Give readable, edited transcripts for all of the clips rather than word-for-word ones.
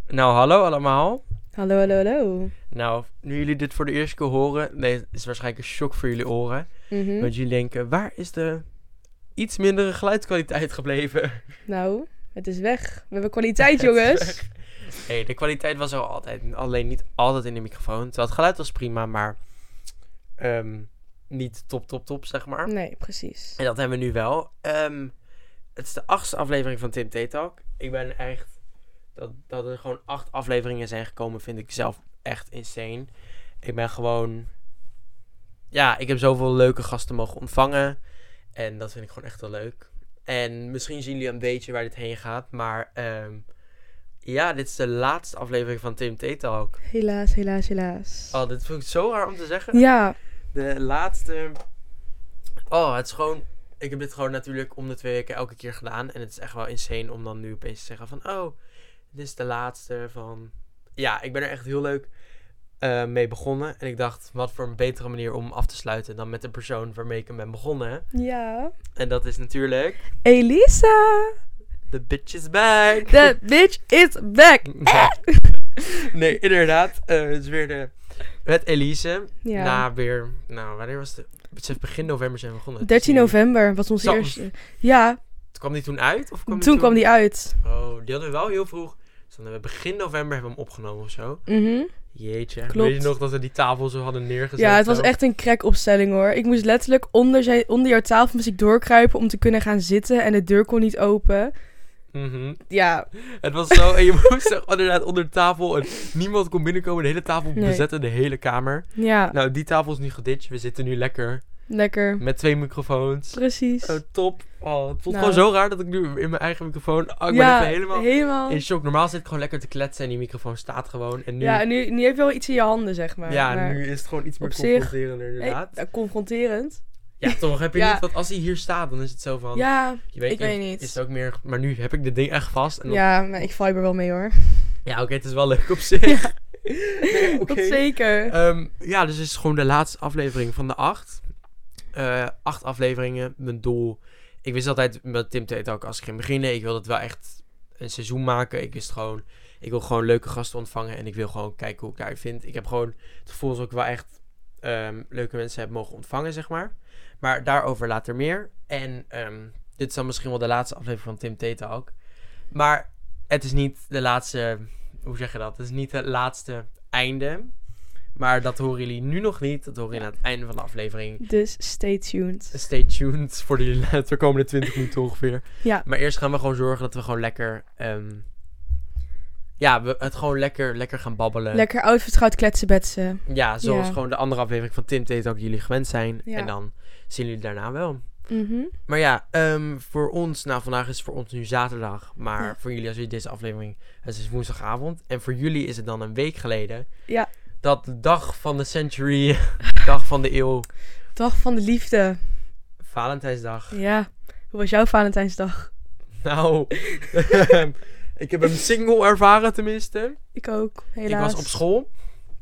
Nou, hallo allemaal. Hallo, hallo, hallo. Nou, nu jullie dit voor de eerste keer horen, nee, het is waarschijnlijk een shock voor jullie oren. Mhm. Want jullie denken, waar is de iets mindere geluidskwaliteit gebleven? Nou, het is weg. We hebben kwaliteit, Het is jongens. weg. Hey, de kwaliteit was er altijd, alleen niet altijd in de microfoon. Terwijl het geluid was prima, maar niet top, zeg maar. Nee, precies. En dat hebben we nu wel. Het is de 8e aflevering van Tim T Talk. Ik ben echt... Dat er gewoon 8 afleveringen zijn gekomen, vind ik zelf echt insane. Ik ben gewoon... Ja, ik heb zoveel leuke gasten mogen ontvangen. En dat vind ik gewoon echt wel leuk. En misschien zien jullie een beetje waar dit heen gaat. Maar ja, dit is de laatste aflevering van Tim T Talk. Helaas, helaas, helaas. Oh, dit vind ik zo raar om te zeggen. Ja, De laatste... Oh, het is gewoon... Ik heb dit gewoon natuurlijk om de 2 weken elke keer gedaan. En het is echt wel insane om dan nu opeens te zeggen van... Oh, dit is de laatste van... Ja, ik ben er echt heel leuk mee begonnen. En ik dacht, wat voor een betere manier om af te sluiten... dan met de persoon waarmee ik hem ben begonnen. ja. En dat is natuurlijk... Elisa! The bitch is back! The bitch is back! Nee, inderdaad. Het is weer met Elise. Ja. Na weer... Nou, wanneer was het? Het is begin november zijn we begonnen. 13 november was onze Zo. eerste. Ja, Kwam die toen uit? Of toen kwam die uit. Oh, die hadden we wel heel vroeg. Dus dan hebben we begin november hebben we hem opgenomen of zo. Mhm. Jeetje. Klopt. Weet je nog dat we die tafel zo hadden neergezet? Ja, het was zo? echt een crack-opstelling hoor. Ik moest letterlijk onder jouw tafel moest ik doorkruipen om te kunnen gaan zitten. En de deur kon niet open. Mhm. Ja, Het was zo, en je moest er inderdaad onder de tafel en niemand kon binnenkomen. De hele tafel Nee. bezetten, de hele kamer. ja, Nou, die tafel is nu geditcht. We zitten nu lekker lekker. met 2 microfoons. Precies. Oh, top. Oh, het voelt Nou. gewoon zo raar dat ik nu in mijn eigen microfoon... Oh, ik ben even helemaal in shock. Normaal zit ik gewoon lekker te kletsen en die microfoon staat gewoon. En nu, Ja, en nu heb je wel iets in je handen, zeg maar. ja, maar nu is het gewoon iets meer op zich- confronterender inderdaad. confronterend. Ja, toch heb je Ja. niet, want als hij hier staat, dan is het zo van... Ja, je weet, ik weet niet. Is het ook meer, maar nu heb ik dit ding echt vast. En dan, ja, maar ik vibe er wel mee hoor. ja oké, het is wel leuk op zich. Ja. Nee, oké. Dat zeker. Ja, dus het is gewoon de laatste aflevering van de 8. 8 afleveringen, mijn doel. Ik wist altijd met Tim T Talk als ik ging beginnen, ik wilde het wel echt een seizoen maken. Ik wist gewoon, ik wil gewoon leuke gasten ontvangen en ik wil gewoon kijken hoe ik daarin vind. Ik heb gewoon het gevoel dat ik wel echt leuke mensen heb mogen ontvangen, zeg maar. Maar daarover later meer. En dit is dan misschien wel de laatste aflevering van Tim T Talk. Maar het is niet de laatste, hoe zeg je dat? Het is niet het laatste einde. Maar dat horen jullie nu nog niet. Dat horen jullie aan het einde van de aflevering. Dus stay tuned. Stay tuned voor de komende 20 minuten ongeveer. Ja, Maar eerst gaan we gewoon zorgen dat we gewoon lekker... ja, we het gewoon lekker gaan babbelen. lekker oud vertrouwd kletsen betsen. Ja, zoals Ja. gewoon de andere aflevering van Tim T Talk jullie gewend zijn. Ja. En dan zien jullie daarna wel. Mhm. Maar ja, voor ons... Nou, vandaag is het voor ons nu zaterdag. Maar Ja. voor jullie, als jullie deze aflevering... Het is woensdagavond. En voor jullie is het dan een week geleden... Ja, Dat de dag van de century... dag van de eeuw... dag van de liefde. Valentijnsdag. Ja, hoe was jouw Valentijnsdag? Nou... ik heb hem single ervaren tenminste. Ik ook, helaas. Ik was op school.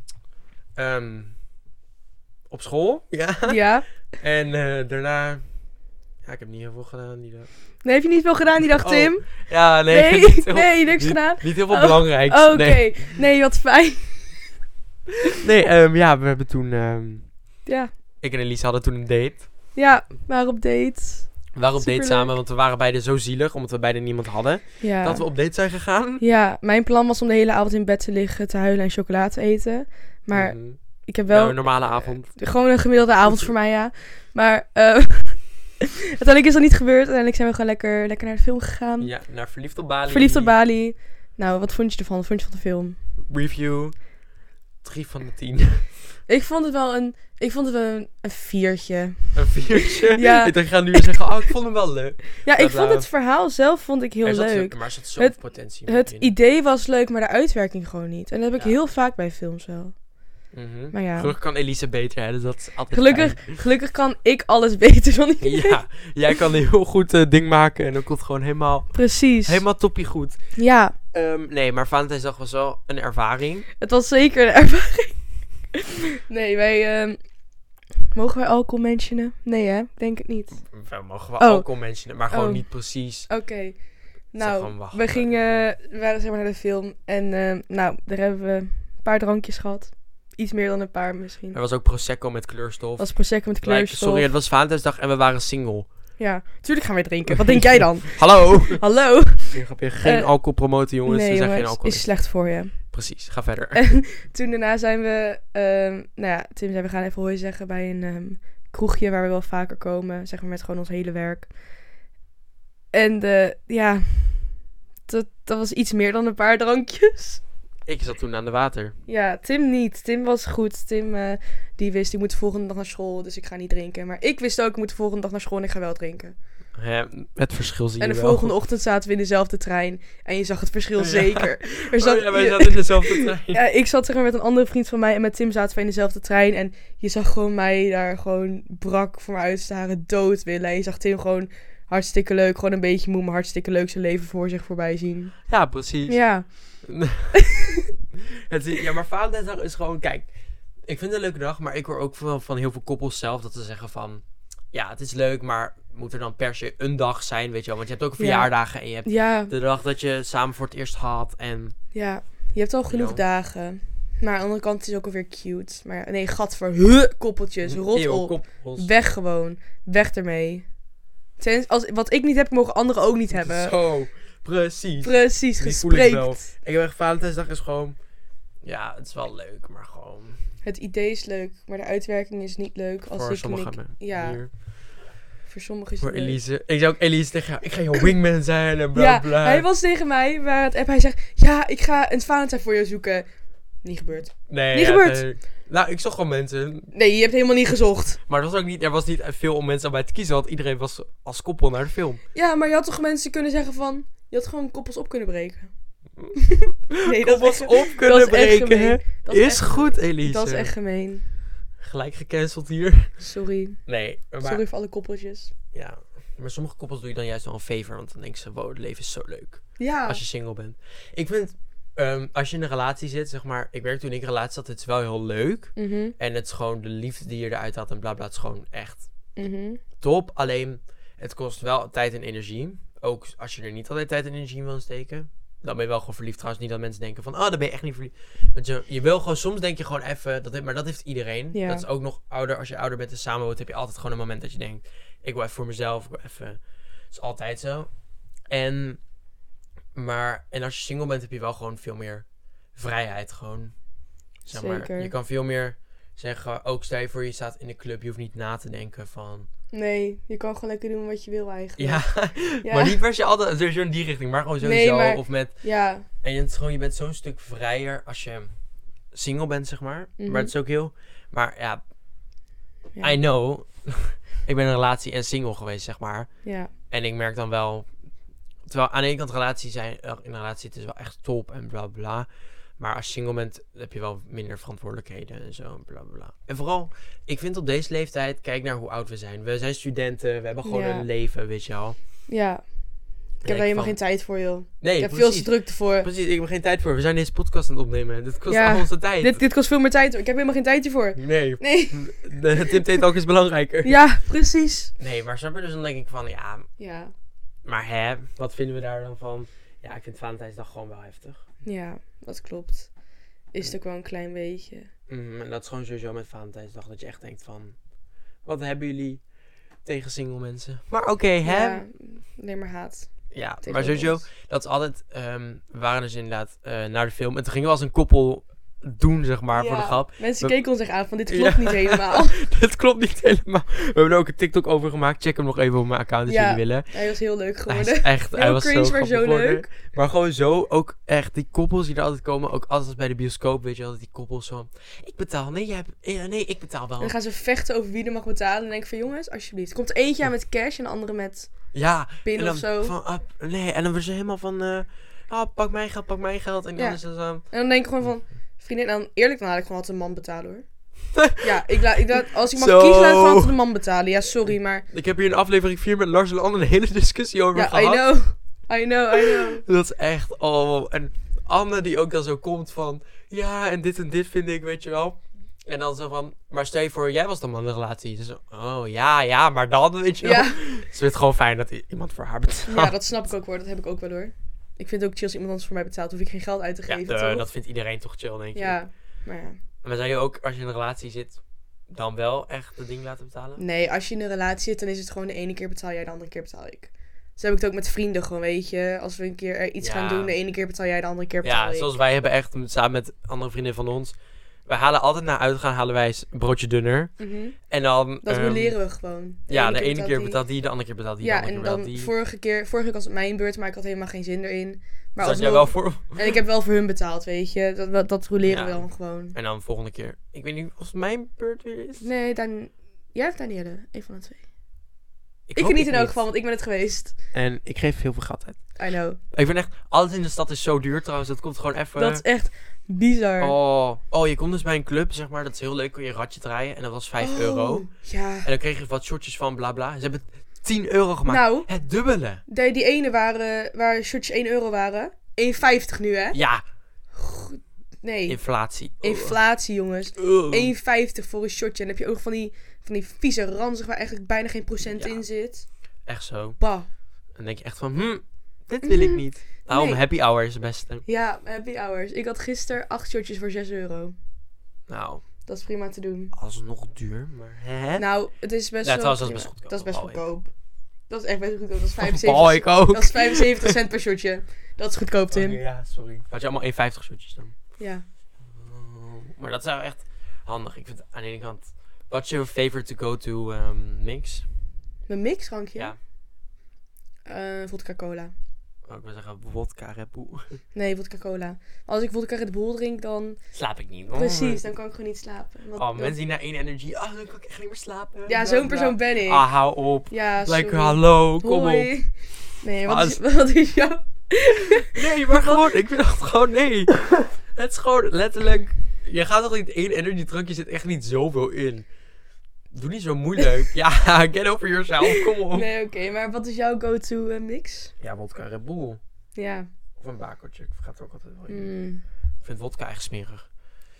Op school? Ja. Ja. En daarna... Ja, ik heb niet heel veel gedaan die dag. Nee, heb je niet veel gedaan die dag, Oh, Tim? Ja, nee. Nee, niet heel, nee, niks niet, gedaan. Niet heel veel Oh, belangrijks. Oh, oké. Nee, Nee, wat fijn. nee ja, we hebben toen... Ja. ik en Elise hadden toen een date. Ja, we waren op date. We waren op date Superleuk. samen, want we waren beide zo zielig, omdat we beide niemand hadden. Ja. Dat we op date zijn gegaan. Ja, mijn plan was om de hele avond in bed te liggen, te huilen en chocola te eten. Maar Mhm. ik heb Nou, wel... een normale avond. Gewoon een gemiddelde avond voor mij, ja. Maar uiteindelijk is dat niet gebeurd. Uiteindelijk zijn we gewoon lekker naar de film gegaan. Ja, naar Verliefd op Bali. Verliefd op Bali. Nou, wat vond je ervan? Wat vond je van de film? Review. 3 van de 10. Ik vond het wel een 4'tje. Een 4'tje. Ja. Ik dacht, ik ga nu zeggen, oh, ik vond hem wel leuk. Ja, ik Dat, vond het verhaal zelf vond ik heel Er zat leuk. maar er zat zoveel potentie Het in. idee was leuk, maar de uitwerking gewoon niet. En dat heb ik Ja. heel vaak bij films wel. Mhm. Maar ja. Gelukkig kan Elise beter, hè. Dus dat is altijd Gelukkig kan ik alles beter dan fijn. iedereen. Ja, jij kan een heel goed ding maken en dan komt het gewoon Precies. helemaal toppie goed. Ja, Nee, maar Valentijnsdag was wel een ervaring. het was zeker een ervaring. Nee, mogen wij alcohol mentionen? Nee hè, denk het niet. We mogen wel Oh. alcohol mentionen, maar gewoon Oh. niet precies. Oké. gewoon wachten. We waren zeg maar naar de film. En daar hebben we een paar drankjes gehad. Iets meer dan een paar misschien. Er was ook Prosecco met kleurstof. Het was Prosecco met kleurstof. Sorry, het was Valentijnsdag en we waren single. Ja, tuurlijk gaan we drinken. Wat denk jij dan? Hallo! Hallo? Geen alcohol promoten, jongens. Nee, Er zijn jongens, geen alcohol. is slecht voor je. Precies, ga verder. En toen daarna zijn we... Tim zei, we gaan even hoi zeggen bij een kroegje waar we wel vaker komen. Zeg maar met gewoon ons hele werk. En dat was iets meer dan een paar drankjes. Ik zat toen aan de water. Ja, Tim niet. Tim was goed. Tim die wist, ik moet de volgende dag naar school, dus ik ga niet drinken. Maar ik wist ook, ik moet de volgende dag naar school en ik ga wel drinken. Het verschil zie je En de wel. volgende ochtend zaten we in dezelfde trein. En je zag het verschil zeker. Wij zaten in dezelfde trein. Ja, ik zat zeg maar met een andere vriend van mij en met Tim zaten we in dezelfde trein. En je zag gewoon mij daar gewoon brak voor me uitstaren, dood willen. En je zag Tim gewoon hartstikke leuk, gewoon een beetje moe, maar hartstikke leuk zijn leven voor zich voorbij zien. Ja, precies. Ja. Maar Valentijnsdag is gewoon, kijk, ik vind het een leuke dag, maar ik hoor ook van heel veel koppels zelf dat ze zeggen van, ja, het is leuk, maar moet er dan per se een dag zijn, weet je wel? Want je hebt ook verjaardagen en je hebt de dag dat je samen voor het eerst had en... Ja, je hebt al genoeg dagen. Maar aan de andere kant is het ook alweer cute. Maar nee, gadver, koppeltjes, rot op. Koppels. Weg gewoon, weg ermee. Wat ik niet heb, mogen anderen ook niet hebben. Zo, precies. Precies, Die voel ik wel. gespreekt. Ik heb echt, Valentijnsdag is gewoon, ja, het is wel leuk, maar gewoon... Het idee is leuk, maar de uitwerking is niet leuk. Als voor ik sommigen. Ja, Hier. voor sommigen is het Voor leuk. Elise. Ik zei ook Elise tegen jou, ik ga jouw wingman zijn en bla bla. Hij was tegen mij, waar het app, hij zegt, ja, ik ga een Valentijn voor jou zoeken. Niet gebeurd. Nee, Niet gebeurd. Nou, ik zag gewoon mensen. Nee, je hebt helemaal niet gezocht. Maar er was niet veel om mensen bij te kiezen, want iedereen was als koppel naar de film. Ja, maar je had toch mensen kunnen zeggen van, je had gewoon koppels op kunnen breken. Nee, Koppels echt- op kunnen dat is echt breken. gemeen. Dat Is echt- goed, Elise. Dat is echt gemeen. Gelijk gecanceld hier. Sorry. Nee, maar... Sorry voor alle koppeltjes. Ja, maar sommige koppels doe je dan juist wel een favor, want dan denken ze, wow, het leven is zo leuk. Ja. Als je single bent. Ik vind, als je in een relatie zit, zeg maar, ik werk toen ik in een relatie zat, het is wel heel leuk. Mhm. En het is gewoon de liefde die je eruit had en bla bla, het is gewoon echt Mhm. top. Alleen, het kost wel tijd en energie. Ook als je er niet altijd tijd en energie in wil steken. Dan ben je wel gewoon verliefd. Trouwens, niet dat mensen denken van, dan ben je echt niet verliefd. Want je wil gewoon, soms denk je gewoon even, maar dat heeft iedereen. Ja. Dat is ook nog ouder, als je ouder bent en samen woont, heb je altijd gewoon een moment dat je denkt, ik wil even voor mezelf, ik wil even, het is altijd zo. En als je single bent, heb je wel gewoon veel meer vrijheid, gewoon. Zeg maar, Zeker. je kan veel meer zeggen, ook stel je voor je staat in de club, je hoeft niet na te denken van... Nee, je kan gewoon lekker doen wat je wil eigenlijk. Ja, Ja. maar niet per se altijd sowieso in die richting, maar gewoon sowieso. Nee, maar- Of met, Ja. en je bent zo'n stuk vrijer als je single bent, zeg maar. Mhm. Maar het is ook heel... Maar ja, Ja. I know. Ik ben in een relatie en single geweest, zeg maar. Ja. En ik merk dan wel... Terwijl aan de ene kant in een relatie zitten is wel echt top en bla bla. Maar als je single bent, heb je wel minder verantwoordelijkheden en zo, bla bla. En vooral, ik vind op deze leeftijd, kijk naar hoe oud we zijn. We zijn studenten, we hebben gewoon Ja. een leven, weet je wel. Ja. Ik heb daar helemaal geen tijd voor, joh. Nee, Ik heb precies. veel te druk ervoor. Precies, ik heb geen tijd voor. We zijn deze podcast aan het opnemen. Dit kost Ja, al onze tijd. Dit kost veel meer tijd, hoor. Ik heb helemaal geen tijd hiervoor. Nee. Nee. De Tim ook is belangrijker. Ja, precies. Nee, maar snap je, dus dan denk ik van, ja, Ja. maar wat vinden we daar dan van? Ja, ik vind Valentijnsdag gewoon wel heftig. Ja, dat klopt. Is het ook wel een klein beetje. En dat is gewoon sowieso met Valentijnsdag, dat je echt denkt van, wat hebben jullie tegen single mensen? Maar oké, hè? Ja, alleen maar haat. Ja, Tegen maar sowieso, ons. dat is altijd, we waren dus inderdaad naar de film en toen gingen we als een koppel doen, zeg maar, voor de grap. Mensen We- keken ons echt aan van dit klopt Ja. niet helemaal. Dat klopt niet helemaal. We hebben er ook een TikTok over gemaakt. Check hem nog even op mijn account als Ja. jullie willen. Hij was heel leuk Hij geworden. is echt, hij Heel was cringe, zo maar grappig zo geworden. leuk. Maar gewoon zo, ook echt, die koppels die er altijd komen, ook altijd bij de bioscoop, weet je wel, dat die koppels zo, ik betaal, nee, nee, ik betaal wel. En dan gaan ze vechten over wie er mag betalen. En denk ik van jongens, alsjeblieft. Komt er eentje aan met cash en de andere met Ja, pin en dan of zo. van, nee, en dan worden ze helemaal van, pak mijn geld. En dan Ja. is het zo, En dan denk ik gewoon van, vriendin, dan eerlijk, dan laat ik gewoon altijd een man betalen hoor. Ja, als ik mag Zo. kiezen, laat ik gewoon altijd een man betalen. Ja, sorry, maar... ik heb hier in aflevering 4 met Lars en Anne een hele discussie over Ja, gehad. I know. Dat is echt, en Anne die ook dan zo komt van, ja, en dit vind ik, weet je wel. En dan zo van, maar stel je voor, jij was dan wel in een relatie. Dus zo, oh ja, maar dan, weet je wel. Ja. Dus het gewoon fijn dat iemand voor haar betaalt. Ja, dat snap ik ook hoor. Dat heb ik ook wel hoor. Ik vind het ook chill als iemand anders voor mij betaalt. Hoef ik geen geld uit te geven, toch? Dat vindt iedereen toch chill, denk ik. Ja, maar ja. Maar zou je ook, als je in een relatie zit, dan wel echt het ding laten betalen? Nee, als je in een relatie zit, dan is het gewoon de ene keer betaal jij, de andere keer betaal ik. Zo heb ik het ook met vrienden gewoon, weet je. Als we een keer er iets gaan doen, de ene keer betaal jij, de andere keer betaal ik. Ja, zoals wij hebben echt, samen met andere vrienden van ons, wij halen altijd na uitgaan, halen wij een broodje dunner. Mhm. En dan... Dat leren we gewoon. De ene keer betaalt die, de andere keer betaalt die, ja, de andere keer betaalt die. Vorige keer was het mijn beurt, maar ik had helemaal geen zin erin. Maar Zat jij wel voor... En ik heb wel voor hun betaald, weet je. Dat roleren we dan gewoon. En dan volgende keer... Ik weet niet of het mijn beurt weer is. Nee, dan... Jij of Danielle? Een van de twee. Ik hoop niet in elk geval, want ik ben het geweest. En ik geef heel veel geld uit. I know. Ik vind echt... Alles in de stad is zo duur trouwens. Dat komt gewoon even... Dat is echt bizar. Oh, je komt dus bij een club, zeg maar. Dat is heel leuk. Kun je een ratje draaien. En dat was 5 euro. Ja. En dan kreeg je wat shotjes van bla bla. Ze hebben 10 euro gemaakt. Nou. Het dubbele. Die ene waar shirtjes 1 euro waren. 1,50 nu, hè? Ja. Nee. Inflatie. Inflatie, jongens. 1,50 voor een shotje. En dan heb je ook van die vieze ranzig waar eigenlijk bijna geen procent in zit. Echt zo. Bah. Dan denk je echt van, dit wil ik niet. Daarom happy hour is het beste. Ja, happy hours. Ik had gisteren 8 shotjes voor 6 euro. Nou. Dat is prima te doen. Alsnog duur, maar hè? Nou, het is best wel... Trouwens, dat is best goedkoop. Dat is best goedkoop. Dat is echt best goedkoop. Dat is 75, ook. Dat is 75 cent per shotje. Dat is goedkoop, Tim. Ja, sorry. Had je allemaal 1,50 shotjes dan? Ja. Maar dat is wel echt handig. Ik vind aan de ene kant... What's your favorite to go to mix? Mijn mixdrankje? Ja. Vodka cola. Ik wil zeggen vodka Red Bull. Nee, vodka cola. Als ik vodka Red Bull drink, dan... Slaap ik niet. Precies, dan kan ik gewoon niet slapen. Mensen die naar 1 energy... dan kan ik echt niet meer slapen. Ja, zo'n persoon ben ik. Hou op. Ja, Like, hallo, kom Hoi. op. Nee, wat is jouw... Nee, maar gewoon, ik vind het gewoon, nee. Het is gewoon letterlijk... Je gaat toch niet 1 energy drankje, zit echt niet zoveel in. Doe niet zo moeilijk. Ja, get over yourself, kom op. Nee, oké, maar wat is jouw go-to mix? Ja, vodka Red Bull. Ja. Of een bakertje, ik vergat er ook altijd wel in. Ik vind vodka echt smerig.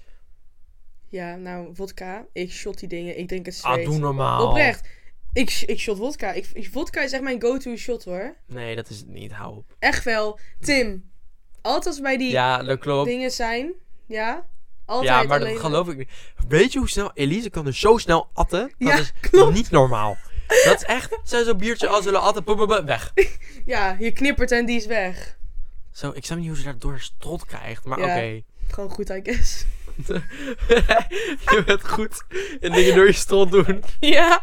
Ja, nou, vodka. Ik shot die dingen. Ik drink het straight. Doe normaal. Oprecht. Ik shot vodka. Vodka is echt mijn go-to shot, hoor. Nee, dat is het niet. Hou op. Echt wel. Tim. Altijd als bij die dat klopt. dingen zijn. Ja. Altijd ja, maar alleen dat geloof ik niet. Weet je hoe snel... Elise kan er zo snel atten. Dat ja, is klopt. niet normaal. Dat is echt... Zo'n biertje als zullen atten. Weg. Ja, je knippert en die is weg. Zo, ik snap niet hoe ze dat door strot krijgt. Maar oké. Gewoon goed, I guess. Je bent goed in dingen door je strot doen. Ja.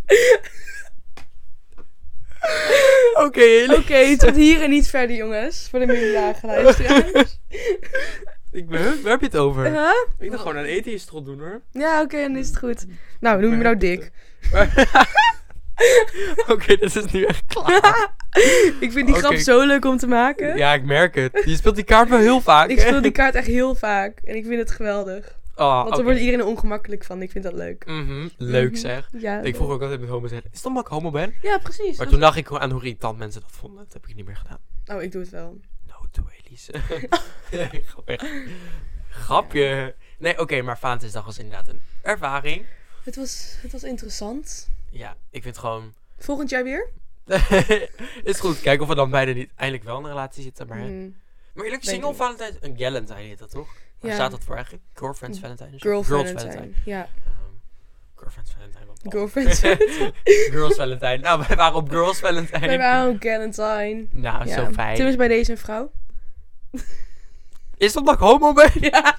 Oké, tot hier en niet verder, jongens. Voor de minderjarige luisteraars. Waar heb je het over? Huh? Ik dacht gewoon aan eten in je strot doen, hoor. Ja, oké, dan is het goed. Nou, noem me nou dik. Oké, dit is nu echt klaar. Ik vind die grap zo leuk om te maken. Ja, ik merk het. Je speelt die kaart wel heel vaak. Ik speel die kaart echt heel vaak. En ik vind het geweldig. Want er wordt iedereen ongemakkelijk van. Ik vind dat leuk. Leuk zeg. Ja, ik vroeg ook altijd met homo zeggen. Is het omdat ik homo ben? Ja, precies. Maar toen dacht ik aan hoe irritant mensen dat vonden. Dat heb ik niet meer gedaan. Oh, ik doe het wel. No, doe Elise. Grapje. Nee, oké, maar Valentijnsdag was inderdaad een ervaring. Het was interessant. Ja, ik vind gewoon... Volgend jaar weer? Is goed. Kijken of we dan beide niet eindelijk wel in een relatie zitten. Maar, maar eerlijk, single Valentijn... Een Galentine heet dat toch? Waar staat dat voor eigenlijk? Girlfriend's Valentine? Girls Valentine. Ja. Girlfriend's Valentine. Girlfriend's Valentine. Girls Valentine. Nou, wij waren op Girls Valentine. Wij waren op Galentine. Nou, zo fijn. Tim is bij deze een vrouw. Is dat omdat ik homo ben? Ja.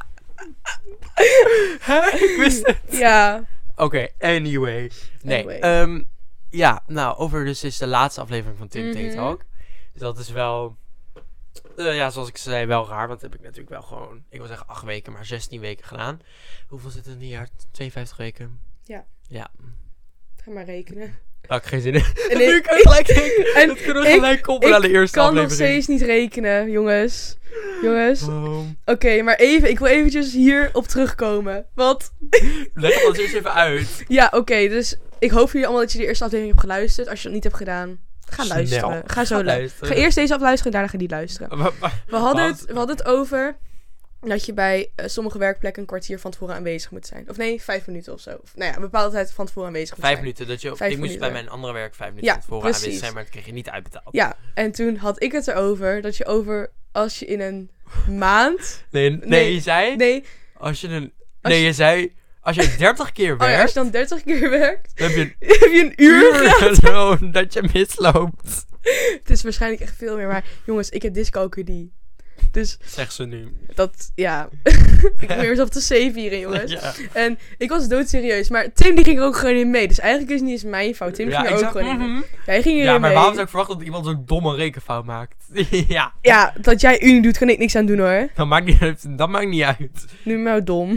Ik wist het. Ja. Oké, anyway. Nee, ja, nou, over dus is de laatste aflevering van Tim Tate Talk. Dus dat is wel, ja, zoals ik zei, wel raar. Want dat heb ik natuurlijk wel gewoon, ik wil zeggen 8 weken, maar 16 weken gedaan. Hoeveel zit er in een jaar? 52 weken? Ja. Ja. Ga maar rekenen. Daar heb ik geen zin in. En nu kan ik gelijk rekenen. En dat kunnen we gelijk koppelen aan de eerste aflevering. Ik kan nog steeds niet rekenen, jongens. Oké, maar ik wil eventjes hierop terugkomen. Want... Leg het ons eerst even uit. Ja, oké, dus ik hoop voor jullie allemaal dat je de eerste aflevering hebt geluisterd. Als je dat niet hebt gedaan, ga luisteren. Ga zo luisteren. Ga eerst deze afluisteren en daarna ga die luisteren. We hadden het over dat je bij sommige werkplekken een kwartier van tevoren aanwezig moet zijn. Of nee, 5 minuten of zo. Of, nou ja, een bepaalde tijd van tevoren aanwezig moet 5 zijn. minuten. Ik 5 moest minuten. bij mijn andere werk 5 minuten Ja, van tevoren precies. aanwezig zijn, maar dat kreeg je niet uitbetaald. Ja, en toen had ik het erover dat je als je in een maand... Nee, je zei... Nee, Je zei... Als je 30 keer oh ja, als werkt, je dan 30 keer werkt, dan heb je heb je een uur gratis. gewoon dat je misloopt. Het is waarschijnlijk echt veel meer, maar jongens, ik heb dyscalculie. Dus Zeg ze nu. dat, ja. Ik probeer mezelf te save hierin, jongens. Ja. En ik was doodserieus, maar Tim die ging er ook gewoon in mee. Dus eigenlijk is het niet eens mijn fout. Tim ging er ook gewoon in mee. Hij ging erin Ja, maar mee. waarom zou ik verwachten dat iemand zo'n domme rekenfout maakt? Ja, Ja, dat jij Unie doet, kan ik niks aan doen hoor. dat maakt niet uit. Nu nou dom.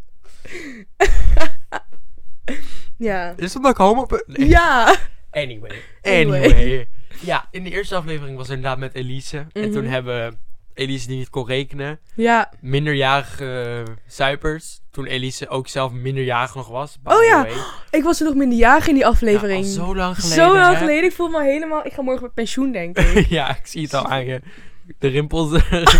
Ja. Is het omdat ik homo ben? Nee. Ja. Anyway. Ja, in de eerste aflevering was het inderdaad met Elise. En Mhm. toen hebben Elise die niet kon rekenen. Ja. Minderjarige zuipers. Toen Elise ook zelf minderjarig nog was. by Oh the ja. way. Ik was er nog minderjarig in die aflevering. Ja, al zo lang geleden. Zo lang hè? geleden. Ik voel me al helemaal... Ik ga morgen met pensioen, denk ik. Ja, ik zie het al aan je. De rimpels.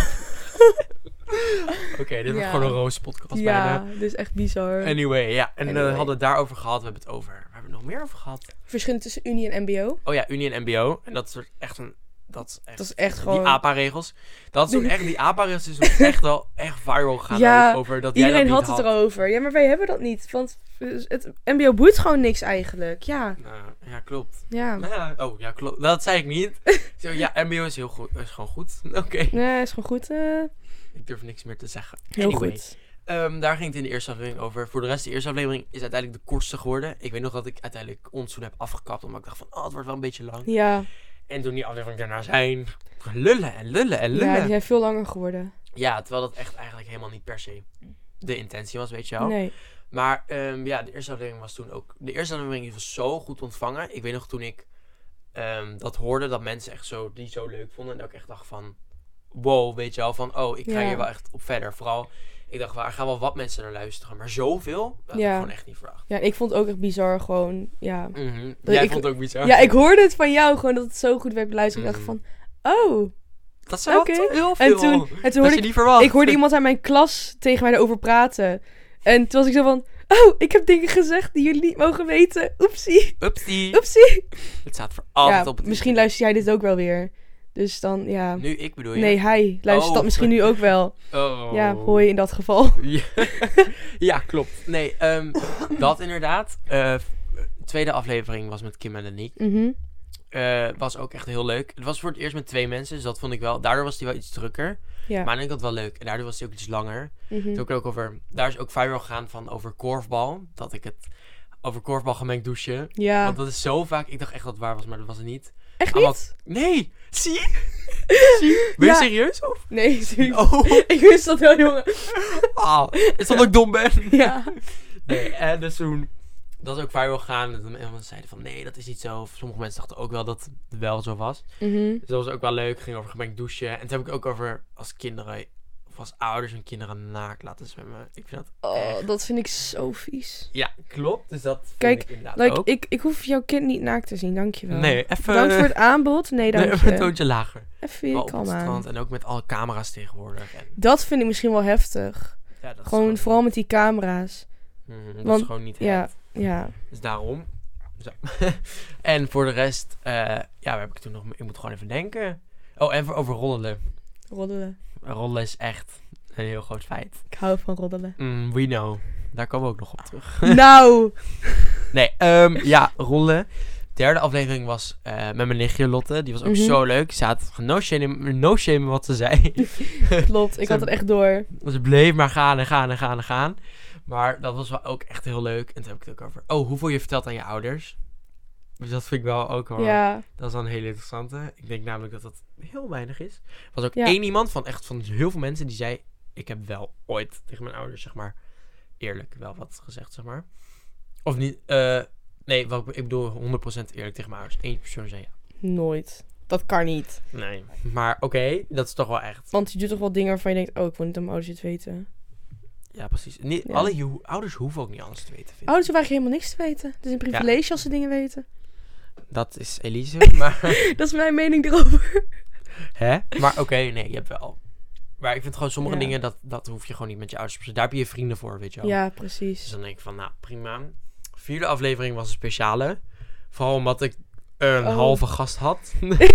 Oké, dit wordt Ja. gewoon een roospodcast Ja, bijna. dit is echt bizar. Anyway, ja. En Anyway. we hadden het daarover gehad. We hebben het over... Waar hebben we het nog meer over gehad? Verschil tussen Unie en MBO. Oh ja, Unie en MBO. En dat is echt een... Dat Die APA-regels. Dat is toen echt... Die APA-regels is toen echt wel echt viral gegaan. Ja, ook over dat jij Iedereen dat had niet het erover. Ja, maar wij hebben dat niet. Want het MBO boeit gewoon niks eigenlijk. Ja. Nou, ja, klopt. Ja. Nou, oh, ja, klopt. Dat zei ik niet. Zo, ja, MBO is heel goed. Is gewoon goed. Oké. Nee, is gewoon goed. Ik durf niks meer te zeggen. Heel Anyway. goed. Daar ging het in de eerste aflevering over. Voor de rest, de eerste aflevering is uiteindelijk de kortste geworden. Ik weet nog dat ik uiteindelijk ons toen heb afgekapt. Omdat ik dacht van, het wordt wel een beetje lang. Ja. En toen die aflevering daarna zijn... Lullen en lullen en Ja, lullen. die zijn veel langer geworden. Ja, terwijl dat echt eigenlijk helemaal niet per se de intentie was, weet je wel. Nee. Maar ja, de eerste aflevering was toen ook... De eerste aflevering was zo goed ontvangen. Ik weet nog toen ik dat hoorde, dat mensen echt die zo leuk vonden. En dat ik echt dacht van... Wow, weet je wel, van ik ga Ja. hier wel echt op verder. Vooral, ik dacht, er gaan wel wat mensen naar luisteren. Maar zoveel, dat had Ja. ik gewoon echt niet verwacht. Ja, ik vond het ook echt bizar gewoon, ja. Mhm. Dat Jij ik- vond het ook bizar. Ja, ik hoorde het van jou gewoon dat het zo goed werd beluisterd. Ik dacht van, oh. Dat zijn Oké. wel heel veel. En toen dat hoorde je ik, niet verwacht. ik hoorde iemand uit mijn klas tegen mij erover praten. En toen was ik zo van, oh, ik heb dingen gezegd die jullie niet mogen weten. Oepsie. Upsie. Oepsie. Het staat voor altijd Ja, op het misschien luister jij dit ook wel weer. Dus dan, ja. Nu, ik bedoel je? Nee, hij luistert dat misschien nu ook wel. Oh. Ja, hoi in dat geval. Ja, ja, klopt. Nee, dat inderdaad. Tweede aflevering was met Kim en Danique. Mhm. Was ook echt heel leuk. Het was voor het eerst met 2 mensen, dus dat vond ik wel... Daardoor was die wel iets drukker. Ja. Maar ik vond dat wel leuk. En daardoor was die ook iets langer. Mhm. Toen ook over... Daar is ook viral gegaan van over korfbal. Dat ik het over korfbal gemengd douchen. Ja. Want dat is zo vaak... Ik dacht echt dat het waar was, maar dat was het niet. Echt Allemaal- niet? Nee! Zie? Zie? Ben je Ja. serieus? Of? Nee, serieus. Oh, Ik wist dat wel, jongen. is dat ik dom ben? Ja. Nee, en dus toen... Dat is ook viral gegaan. En mensen zeiden van nee, dat is niet zo. Of sommige mensen dachten ook wel dat het wel zo was. Mhm. Dus dat was ook wel leuk. Ging over gemengd douchen. En toen heb ik ook over als kinderen... Of als ouders hun kinderen naakt laten zwemmen. Ik vind dat echt... Dat vind ik zo vies. Ja, klopt. Dus dat vind Kijk, ik inderdaad Like, ook. ik hoef jouw kind niet naakt te zien, dankjewel. Nee, even... Bedankt voor het aanbod. Nee, dank even een je. toontje lager. Even weer Wel op kalm het aan. strand. En ook met alle camera's tegenwoordig. En, Dat vind ik misschien wel heftig. ja, dat is Gewoon vooral met die camera's. dat want- is gewoon niet ja. het. Ja. Dus daarom. Zo. En voor de rest... ja, waar heb ik toen nog... Ik moet gewoon even denken. Oh, en over roddelen. Roddelen. Roddelen is echt een heel groot feit. Ik hou van roddelen. We know. Daar komen we ook nog op terug. Nou. Nee, ja, roddelen. Derde aflevering was met mijn nichtje Lotte. Die was ook Mhm. zo leuk. Ze had no shame wat ze zei. Klopt, ik had het echt door. Ze bleef maar gaan en gaan en gaan en gaan. Maar dat was wel ook echt heel leuk. En toen heb ik het ook over... Oh, hoeveel je vertelt aan je ouders. Dus dat vind ik wel ook wel... Ja. Dat is wel een hele interessante. Ik denk namelijk dat dat heel weinig is. Er was ook Ja. één iemand van heel veel mensen die zei... Ik heb wel ooit tegen mijn ouders, zeg maar... Eerlijk wel wat gezegd, zeg maar. Of niet... nee, ik bedoel 100% eerlijk tegen mijn ouders. Eén persoon zei ja. Nooit. Dat kan niet. Nee. Maar oké, dat is toch wel echt... Want je doet toch wel dingen waarvan je denkt... Oh, ik wil niet dat mijn ouders het weten. Ja, precies. Niet, Ja. alle ouders hoeven ook niet alles te weten, vind ik. Ouders hoeven eigenlijk helemaal niks te weten. Het is een privilege als ze dingen weten. Dat is Elise, maar... Dat is mijn mening erover. Hè? Maar oké, nee, je hebt wel... Maar ik vind gewoon sommige Ja. dingen, dat hoef je gewoon niet met je ouders te bespreken. Daar heb je je vrienden voor, weet je wel. Ja, Dus precies. dan denk ik van, nou, prima. 4e aflevering was een speciale. Vooral omdat ik een halve gast had.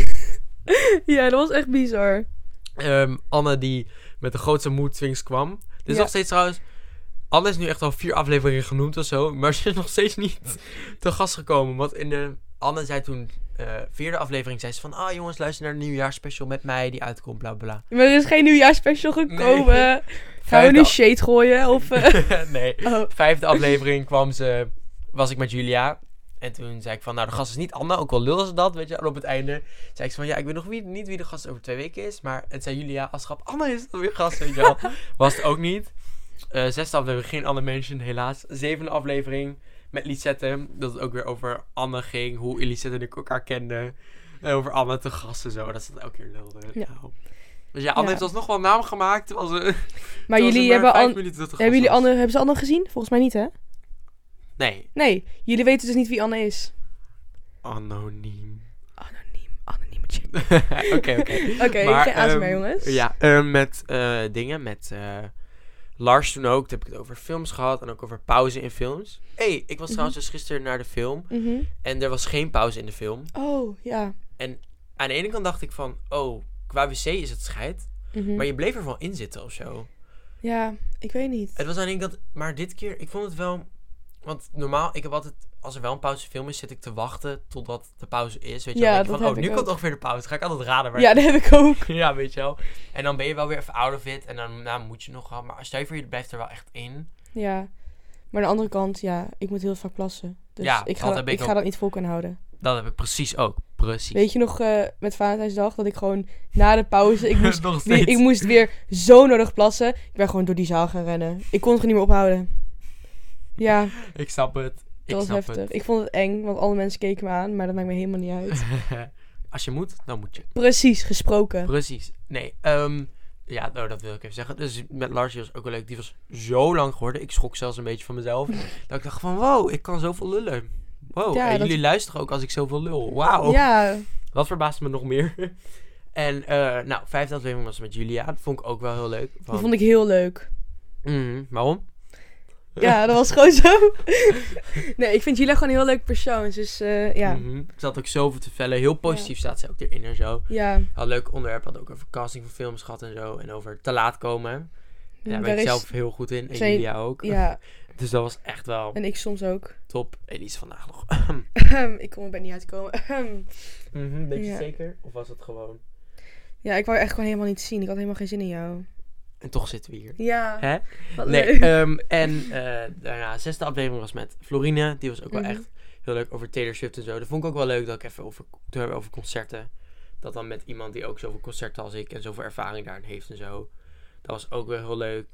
Ja, dat was echt bizar. Anne die met de grootste mood swings kwam. Dit is Ja. nog steeds trouwens... Anne is nu echt al 4 afleveringen genoemd of zo. Maar ze is nog steeds niet te gast gekomen. Want Anne zei toen... 4e aflevering zei ze van... jongens, luister naar de nieuwjaarsspecial met mij. Die uitkomt, bla bla. Maar er is geen nieuwjaarsspecial gekomen. Nee. Gaan we nu 5e shade gooien? Of, nee. Oh. 5e aflevering was ik met Julia. En toen zei ik van, nou, de gast is niet Anne. Ook al lulde ze dat, weet je. En op het einde zei ik van, ja, ik weet nog niet wie de gast over 2 weken is. Maar het zei Julia als grap. Anne is dan weer gast, weet je wel. Was het ook niet. 6e aflevering, geen Anne mention, helaas. 7e aflevering met Lisette. Dat het ook weer over Anne ging. Hoe Lisette en ik elkaar kenden. En over Anne te gast en zo. Dat ze dat elke keer lulde. Ja. Nou. Dus ja, Anne Ja. heeft alsnog wel een naam gemaakt. Terwijl ze, Maar jullie maar hebben 5 minuten te gast hebben jullie was. Anne, hebben ze Anne gezien? Volgens mij niet, hè? Nee. Nee, jullie weten dus niet wie Anne is. Anoniem. Anonieme chick. Oké. Oké, Maar, geen ASMR, jongens. Ja, met dingen. Met Lars toen ook. Toen heb ik het over films gehad. En ook over pauze in films. Ik was trouwens dus gisteren naar de film. Mhm. En er was geen pauze in de film. Oh, ja. En aan de ene kant dacht ik van... qua wc is het scheid. Mhm. Maar je bleef er wel in zitten of zo. Ja, ik weet niet. Het was aan de ene kant... Maar dit keer, ik vond het wel... Want normaal, ik heb altijd... Als er wel een pauzefilm is, zit ik te wachten totdat de pauze is. Weet je Ja, wel? Dan denk ik dat van, heb ik nu komt ook. toch weer de pauze. Ga ik altijd raden waar Ja, dat heb ik ook. ja, weet je wel. En dan ben je wel weer even out of it. En dan moet je nog gaan. Maar stel je voor, je blijft er wel echt in. Ja. Maar aan de andere kant, ja, ik moet heel vaak plassen. Dus Ja, ik dat ga, heb ik ik ga ook. dat niet vol kunnen houden. Dat heb ik precies ook. Precies. Weet je nog met Valentijnsdag dat ik gewoon na de pauze... Ik moest, Nog weer, steeds. ik moest weer zo nodig plassen. Ik ben gewoon door die zaal gaan rennen. Ik kon het gewoon niet meer ophouden. Ja, Ik snap het. dat was heftig. Ik vond het eng, want alle mensen keken me aan. Maar dat maakt me helemaal niet uit. Als je moet, dan moet je. Precies, gesproken. Precies. Nee, ja, nou, dat wil ik even zeggen. Dus met Lars, die was ook wel leuk. Die was zo lang geworden. Ik schrok zelfs een beetje van mezelf. Dat ik dacht van, wow, ik kan zoveel lullen. Wow, Ja, en dat- jullie luisteren ook als ik zoveel lul. Wauw. Ja, Dat verbaast me nog meer. En, nou, 5e aflevering was met Julia. Dat vond ik ook wel heel leuk. dat vond ik heel leuk. Waarom? Ja, dat was gewoon zo. Nee, ik vind Julia gewoon een heel leuk persoon. Dus ja. Ze had ook zoveel te vertellen. Heel positief staat ze ook erin en zo. Ja. Had een leuk onderwerp. Had ook over casting van films gehad en zo. En over te laat komen. Ja, daar ben Daar ik is- zelf heel goed in. En zijn- Julia ook. Ja, Dus dat was echt wel en ik soms ook. top. Elise vandaag nog. Ik kon er bijna niet uitkomen. Weet je Ja. zeker? Of was het gewoon... Ja, ik wou echt gewoon helemaal niet zien. Ik had helemaal geen zin in jou. En toch zitten we hier. Ja, Hè? wat Nee, leuk. en daarna 6e aflevering was met Florine. Die was ook wel Mhm. echt heel leuk over Taylor Swift en zo. Dat vond ik ook wel leuk dat ik even te hebben over concerten. Dat dan met iemand die ook zoveel concerten als ik en zoveel ervaring daarin heeft en zo. Dat was ook wel heel leuk.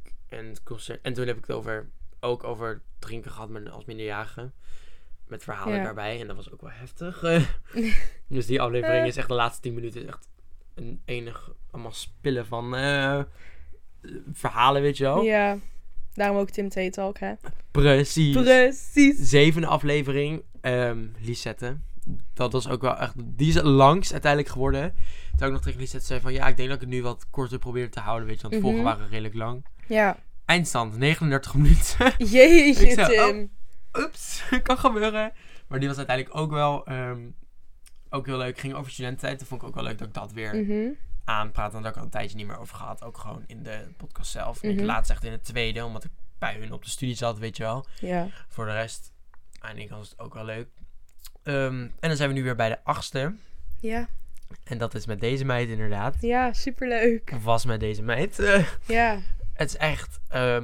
En toen heb ik het ook over drinken gehad met als minderjarige. Met verhalen Ja. daarbij. En dat was ook wel heftig. Dus die aflevering is echt de laatste 10 minuten is echt een enig allemaal spillen van verhalen, weet je wel. Ja, daarom ook Tim T Talk, hè? Precies. Precies. 7e aflevering. Lisette. Dat was ook wel echt... Die is het langst uiteindelijk geworden. Toen ik nog tegen Lisette zei van... Ja, ik denk dat ik het nu wat korter probeer te houden. Weet je, want de vorige waren redelijk lang. Ja. Eindstand, 39 minuten. Jeetje, Ik zei, Tim. Oeps, kan gebeuren. Maar die was uiteindelijk ook wel... ook heel leuk. Ging over studententijd. Toen vond ik ook wel leuk dat ik dat weer Mhm. aanpraat. En dat ik er al een tijdje niet meer over gehad. Ook gewoon in de podcast zelf. En ik Mhm. laatst echt in het tweede. Omdat ik bij hun op de studie zat, weet je wel. Ja. Voor de rest, aan de ene kant is het ook wel leuk. En dan zijn we nu weer bij de 8e. Ja. En dat is met deze meid inderdaad. Ja, superleuk. Of was met deze meid. Ja. Het is echt...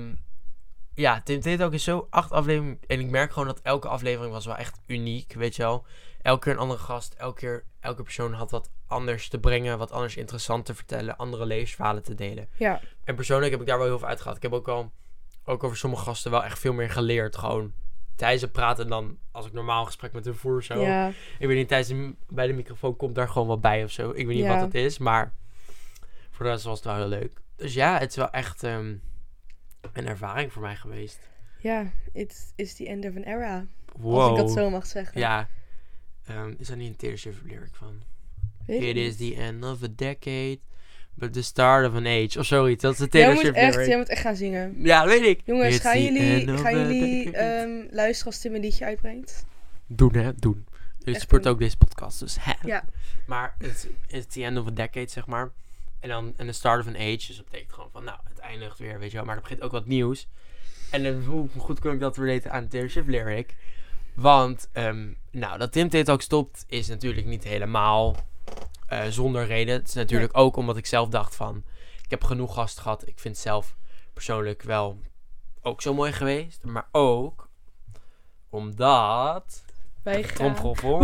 ja, dit ook is zo 8 afleveringen. En ik merk gewoon dat elke aflevering was wel echt uniek, weet je wel. Elke keer een andere gast. Elke persoon had wat anders te brengen. Wat anders interessant te vertellen. Andere levensverhalen te delen. Ja. En persoonlijk heb ik daar wel heel veel uit gehad. Ik heb ook over sommige gasten wel echt veel meer geleerd. Gewoon tijdens het praten dan als ik normaal een gesprek met hun voer zo. Ja. Ik weet niet, bij de microfoon komt daar gewoon wat bij of zo. Ik weet niet Ja. wat het is, maar voor de rest was het wel heel leuk. Dus ja, het is wel echt een ervaring voor mij geweest. Ja. It is the end of an era. Wow. Als ik dat zo mag zeggen. Ja. Is daar niet een Taylor Swift lyric van? Weet ik It is niet. the end of a decade. But the start of an age. Of zoiets. Dat is de Taylor Swift lyric. Jij moet echt gaan zingen. Ja, dat weet ik. Jongens, It's gaan the jullie end of the luisteren als Tim een liedje uitbrengt? Doen, hè? Doen. Je Echt support doen. ook deze podcast, dus hè. Ja. Maar it's the end of a decade, zeg maar. En the start of an age. Dus dat betekent gewoon van, nou, het eindigt weer, weet je wel. Maar er begint ook wat nieuws. En dan, hoe goed kon ik dat relaten aan de Taylor Swift lyric? Want, dat Tim Taylor ook stopt, is natuurlijk niet helemaal zonder reden. Het is natuurlijk ook omdat ik zelf dacht van, ik heb genoeg gasten gehad. Ik vind het zelf persoonlijk wel ook zo mooi geweest. Maar ook omdat... Wij gaan... Tromgeroffel.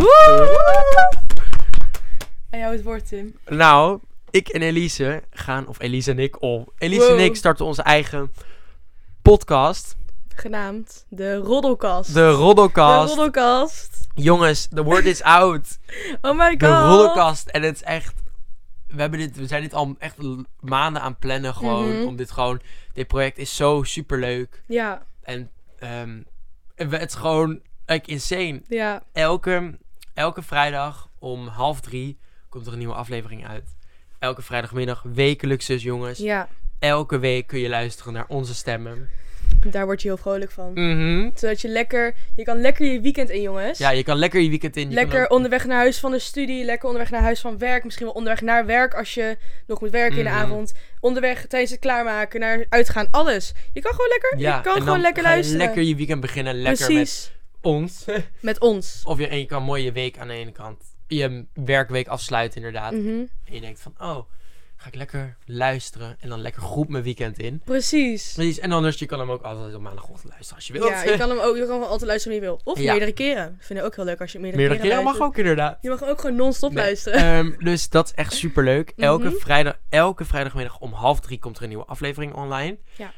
Aan jou het woord, Tim. Nou, ik en Elise gaan, of Elise en ik, Elise en ik starten onze eigen podcast. Genaamd de Roddelkast. De Roddelkast. De Roddelkast. Jongens, the word is out. Oh my god. De Roddelkast. En het is echt... We zijn dit al echt maanden aan plannen gewoon. Om dit project is zo superleuk. Ja. En het is gewoon insane. Ja. Elke vrijdag om 2:30 komt er een nieuwe aflevering uit. Elke vrijdagmiddag, wekelijks dus, jongens. Ja. Elke week kun je luisteren naar onze stemmen. Daar word je heel vrolijk van. Mhm. Zodat je kan lekker je weekend in, jongens. Ja, je kan lekker je weekend in. Lekker onderweg naar huis van de studie. Lekker onderweg naar huis van werk. Misschien wel onderweg naar werk als je nog moet werken in de avond. Onderweg tijdens het klaarmaken, naar uitgaan. Alles. Je kan gewoon lekker, Ja, je kan en gewoon dan lekker ga je luisteren. lekker je weekend beginnen. Lekker Precies. met ons. Met ons. En je kan mooi je week aan de ene kant. Je werkweek afsluiten inderdaad. Mhm. En je denkt van, ga ik lekker luisteren. En dan lekker goed mijn weekend in. Precies. En anders, je kan hem ook altijd op maandagochtend luisteren als je wilt. Ja, je kan gewoon altijd luisteren wanneer je wil. Of meerdere keren. Vind ik ook heel leuk als je meerdere keren mag ook inderdaad. Je mag ook gewoon non-stop luisteren. Dus dat is echt superleuk. Elke vrijdagmiddag om 2:30 komt er een nieuwe aflevering online. Ja.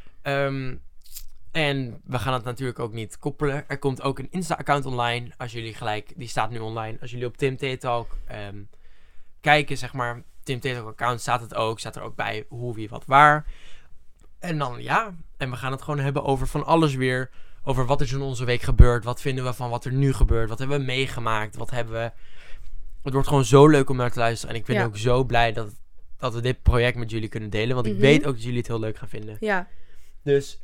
En we gaan het natuurlijk ook niet koppelen. Er komt ook een Insta-account online. Als jullie die staat nu online. Als jullie op Tim T Talk kijken, zeg maar. Tim T Talk account staat er ook bij hoe, wie, wat, waar. En dan en we gaan het gewoon hebben over van alles weer. Over wat is in onze week gebeurd. Wat vinden we van wat er nu gebeurt. Wat hebben we meegemaakt. Wat hebben we... Het wordt gewoon zo leuk om naar te luisteren. En ik ben ook zo blij dat we dit project met jullie kunnen delen. Want ik weet ook dat jullie het heel leuk gaan vinden. Ja. Dus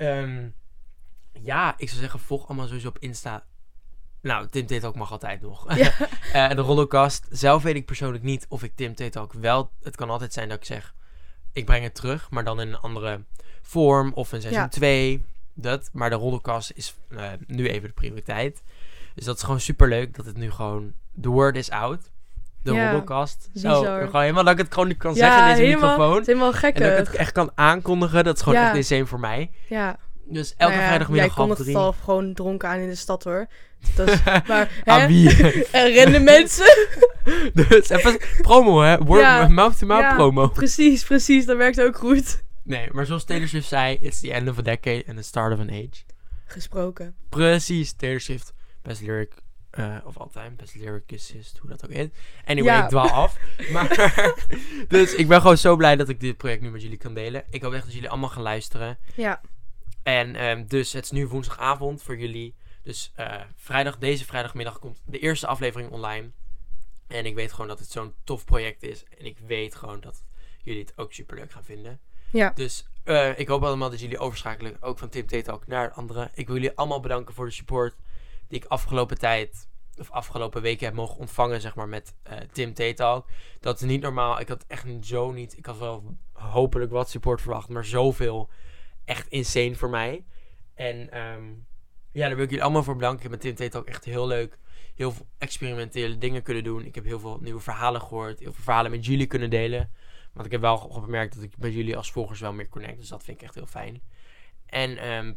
ik zou zeggen, volg allemaal sowieso op Insta. Nou, Tim T Talk mag altijd nog. Ja. De Roddelkast. Zelf weet ik persoonlijk niet of ik Tim T Talk wel... Het kan altijd zijn dat ik zeg, ik breng het terug. Maar dan in een andere vorm. Of in seizoen 2. Maar de Roddelkast is nu even de prioriteit. Dus dat is gewoon superleuk dat het nu gewoon... The word is out. De Roddelkast. Zo, gewoon helemaal dat ik het gewoon niet kan zeggen in deze microfoon. Het is helemaal gek. En dat ik het echt kan aankondigen. Dat is gewoon echt insane voor mij. Ja. Dus elke vrijdagmiddag jij kondigt het al gewoon dronken aan in de stad, hoor. Dat is, maar, aan wie? Er rennen mensen. Dus even promo, hè? Mouth-to-mouth promo. Precies. Dat werkt ook goed. Nee, maar zoals Taylor Swift zei, it's the end of a decade and the start of an age. Gesproken. Precies, Taylor Swift. Best lyric of all time. Best lyricist, hoe dat ook is. Anyway, ik dwaal af. Maar, dus ik ben gewoon zo blij dat ik dit project nu met jullie kan delen. Ik hoop echt dat jullie allemaal gaan luisteren. Ja. En dus het is nu woensdagavond voor jullie. Dus deze vrijdagmiddag komt de eerste aflevering online. En ik weet gewoon dat het zo'n tof project is. En ik weet gewoon dat jullie het ook superleuk gaan vinden. Ja. Dus ik hoop allemaal dat jullie overschakelen. Ook van Tim T Talk naar andere. Ik wil jullie allemaal bedanken voor de support die ik afgelopen weken heb mogen ontvangen, zeg maar, met Tim T Talk. Dat is niet normaal. Ik had echt zo niet. Ik had wel hopelijk wat support verwacht, maar zoveel. Echt insane voor mij. En daar wil ik jullie allemaal voor bedanken. Ik heb met Tim T Talk echt heel leuk. Heel veel experimentele dingen kunnen doen. Ik heb heel veel nieuwe verhalen gehoord. Heel veel verhalen met jullie kunnen delen. Want ik heb wel gemerkt dat ik met jullie als volgers wel meer connect. Dus dat vind ik echt heel fijn. En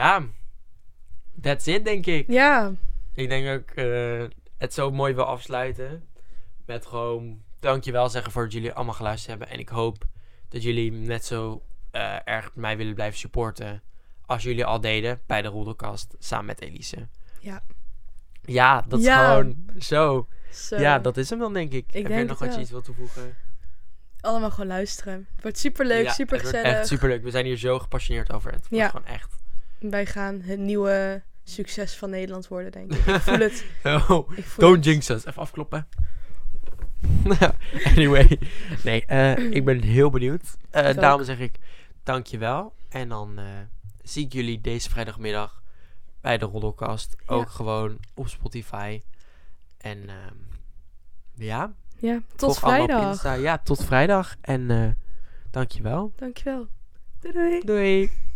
that's it, denk ik. Ja. Ik denk dat ik het zo mooi wil afsluiten. Met gewoon dankjewel zeggen voor dat jullie allemaal geluisterd hebben. En ik hoop dat jullie net zo erg mij willen blijven supporten als jullie al deden bij de Roddelkast samen met Elise. Ja. Ja, dat is gewoon zo. Ja, dat is hem dan, denk ik. Heb je nog wat je iets wil toevoegen? Allemaal gewoon luisteren. Het wordt superleuk, super gezellig. Echt superleuk. We zijn hier zo gepassioneerd over. Het wordt gewoon echt. Wij gaan het nieuwe succes van Nederland worden, denk ik. Ik voel het. Don't jinx us. Even afkloppen. Anyway. Nee, ik ben heel benieuwd. Ik Daarom ook. zeg ik dankjewel. En dan zie ik jullie deze vrijdagmiddag bij de Roddelkast. Ja. Ook gewoon op Spotify. En ja. Ja, tot volg allemaal op vrijdag. Insta. Ja, tot vrijdag. En dankjewel. Dankjewel. Doei doei. Doei.